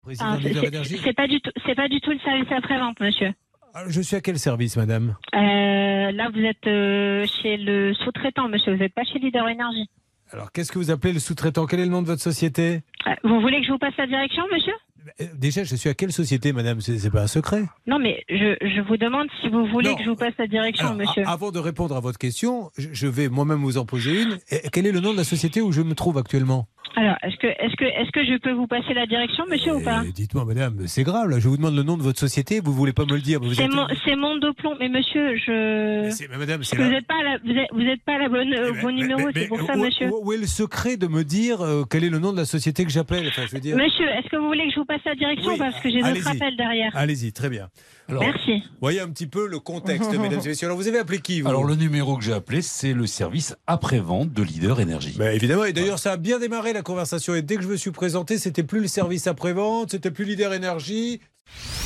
Président de Leader Énergie. C'est pas du tout le service après-vente, monsieur. Alors, je suis à quel service, madame? Là, vous êtes chez le sous-traitant, monsieur. Vous n'êtes pas chez Leader Énergie. Alors, qu'est-ce que vous appelez le sous-traitant? Quel est le nom de votre société? Vous voulez que je vous passe la direction, monsieur? Déjà, je suis à quelle société, madame? C'est pas un secret. Non, mais je vous demande si vous voulez que je vous passe la direction, Alors, monsieur. Avant de répondre à votre question, je vais moi-même vous en poser une. Quel est le nom de la société où je me trouve actuellement? Alors, est-ce que je peux vous passer la direction, monsieur, ou pas? Dites-moi, madame, c'est grave, là. Je vous demande le nom de votre société, vous voulez pas me le dire. C'est Mondoplomb, mais monsieur, Mais madame, c'est vous n'êtes pas à la bonne bon numéro, c'est pour ça, monsieur. Où est le secret de me dire quel est le nom de la société que j'appelle? Enfin, je veux dire... Monsieur, est-ce que vous voulez que je vous passe la direction, parce que j'ai d'autres appels derrière? Allez-y, très bien. Alors, merci. Voyez un petit peu le contexte, mesdames et messieurs. Alors, vous avez appelé qui, vous? Alors, le numéro que j'ai appelé, c'est le service après-vente de Leader Énergie. Évidemment, et d'ailleurs, ça a bien démarré la conversation. Et dès que je me suis présenté, c'était plus le service après-vente, c'était plus Leader Énergie.